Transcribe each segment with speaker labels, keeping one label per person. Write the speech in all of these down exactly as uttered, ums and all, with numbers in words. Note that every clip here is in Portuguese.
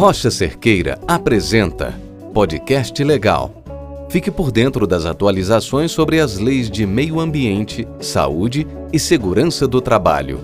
Speaker 1: Rocha Cerqueira apresenta Podcast Legal. Fique por dentro das atualizações sobre as leis de meio ambiente, saúde e segurança do trabalho.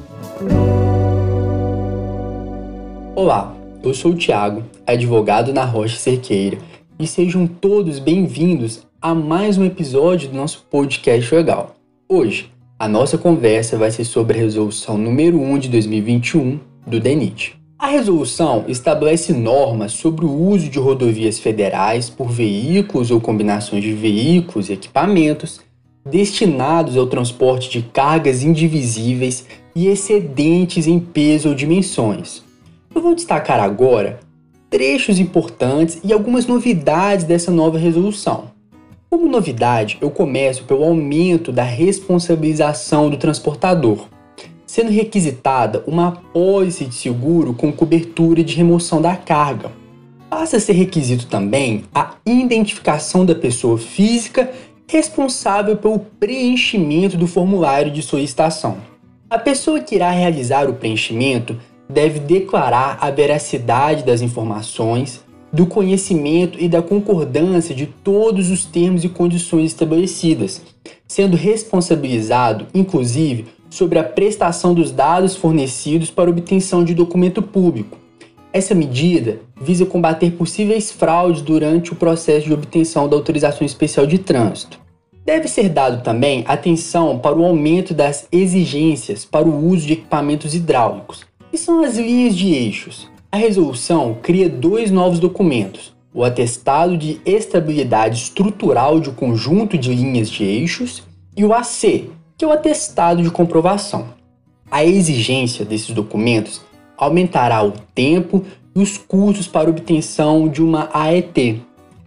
Speaker 2: Olá, eu sou o Thiago, advogado na Rocha Cerqueira, e sejam todos bem-vindos a mais um episódio do nosso Podcast Legal. Hoje, a nossa conversa vai ser sobre a resolução número um de dois mil e vinte e um do D E N I T. A resolução estabelece normas sobre o uso de rodovias federais por veículos ou combinações de veículos e equipamentos destinados ao transporte de cargas indivisíveis e excedentes em peso ou dimensões. Eu vou destacar agora trechos importantes e algumas novidades dessa nova resolução. Como novidade, eu começo pelo aumento da responsabilização do transportador, sendo requisitada uma apólice de seguro com cobertura de remoção da carga. Passa a ser requisito também a identificação da pessoa física responsável pelo preenchimento do formulário de solicitação. A pessoa que irá realizar o preenchimento deve declarar a veracidade das informações, do conhecimento e da concordância de todos os termos e condições estabelecidas, sendo responsabilizado, inclusive, sobre a prestação dos dados fornecidos para obtenção de documento público. Essa medida visa combater possíveis fraudes durante o processo de obtenção da autorização especial de trânsito. Deve ser dado também atenção para o aumento das exigências para o uso de equipamentos hidráulicos, que são as linhas de eixos. A resolução cria dois novos documentos: o atestado de estabilidade estrutural de um conjunto de linhas de eixos e o A C, que é o atestado de comprovação. A exigência desses documentos aumentará o tempo e os custos para obtenção de uma A E T.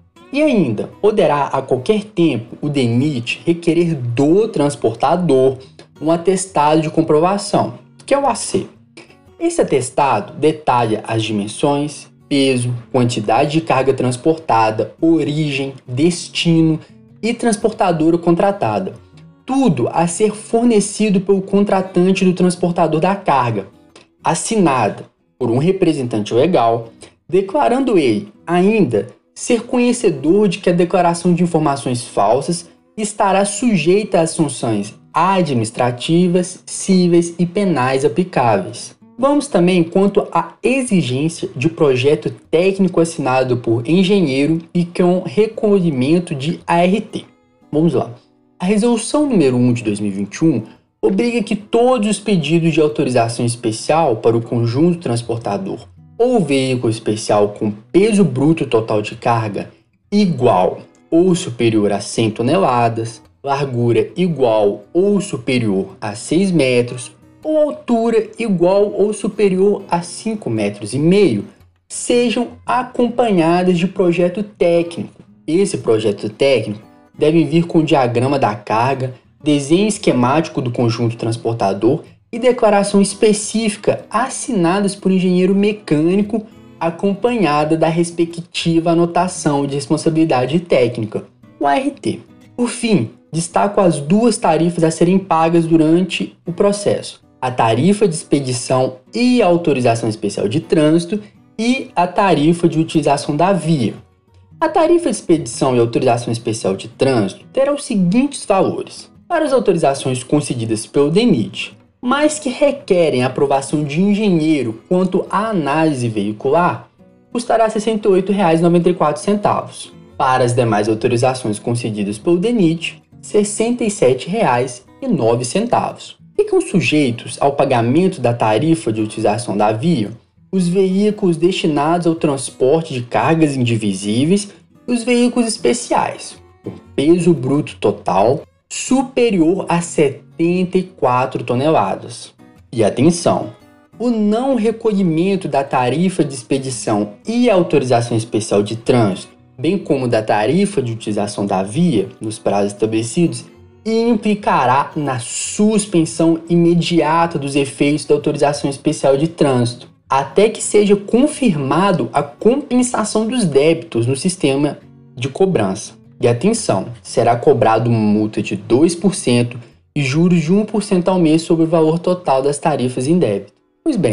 Speaker 2: E ainda, poderá a qualquer tempo o D E N I T requerer do transportador um atestado de comprovação, que é o A C. Esse atestado detalha as dimensões, peso, quantidade de carga transportada, origem, destino e transportadora contratada. Tudo a ser fornecido pelo contratante do transportador da carga, assinada por um representante legal, declarando ele ainda ser conhecedor de que a declaração de informações falsas estará sujeita às sanções administrativas, cíveis e penais aplicáveis. Vamos também quanto à exigência de projeto técnico assinado por engenheiro e com recolhimento de A R T. Vamos lá. A resolução número um de dois mil e vinte e um obriga que todos os pedidos de autorização especial para o conjunto transportador ou veículo especial com peso bruto total de carga igual ou superior a cem toneladas, largura igual ou superior a seis metros ou altura igual ou superior a cinco metros e meio sejam acompanhadas de projeto técnico. Esse projeto técnico deve vir com diagrama da carga, desenho esquemático do conjunto transportador e declaração específica assinadas por engenheiro mecânico, acompanhada da respectiva anotação de responsabilidade técnica, o A R T. Por fim, destaco as duas tarifas a serem pagas durante o processo: a tarifa de expedição e autorização especial de trânsito e a tarifa de utilização da via. A tarifa de expedição e autorização especial de trânsito terá os seguintes valores: para as autorizações concedidas pelo D E N I T, mas que requerem a aprovação de engenheiro quanto à análise veicular, custará sessenta e oito reais e noventa e quatro centavos. Para as demais autorizações concedidas pelo D E N I T, sessenta e sete reais e nove centavos. Ficam sujeitos ao pagamento da tarifa de utilização da via os veículos destinados ao transporte de cargas indivisíveis e os veículos especiais, com peso bruto total superior a setenta e quatro toneladas. E atenção! O não recolhimento da tarifa de expedição e autorização especial de trânsito, bem como da tarifa de utilização da via nos prazos estabelecidos, implicará na suspensão imediata dos efeitos da autorização especial de trânsito, até que seja confirmado a compensação dos débitos no sistema de cobrança. E atenção, será cobrado uma multa de dois por cento e juros de um por cento ao mês sobre o valor total das tarifas em débito. Pois bem,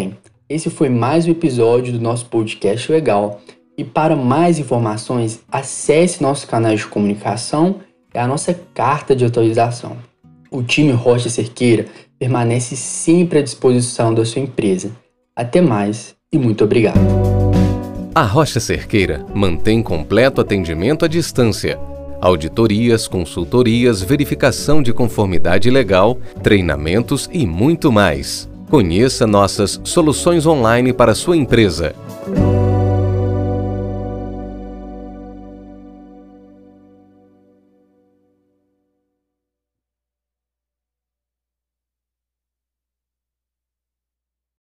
Speaker 2: Esse foi mais um episódio do nosso podcast legal. E para mais informações, acesse nosso canal de comunicação e a nossa carta de atualização. O time Rocha Cerqueira permanece sempre à disposição da sua empresa. Até mais e muito obrigado.
Speaker 1: A Rocha Cerqueira mantém completo atendimento à distância. Auditorias, consultorias, verificação de conformidade legal, treinamentos e muito mais. Conheça nossas soluções online para sua empresa.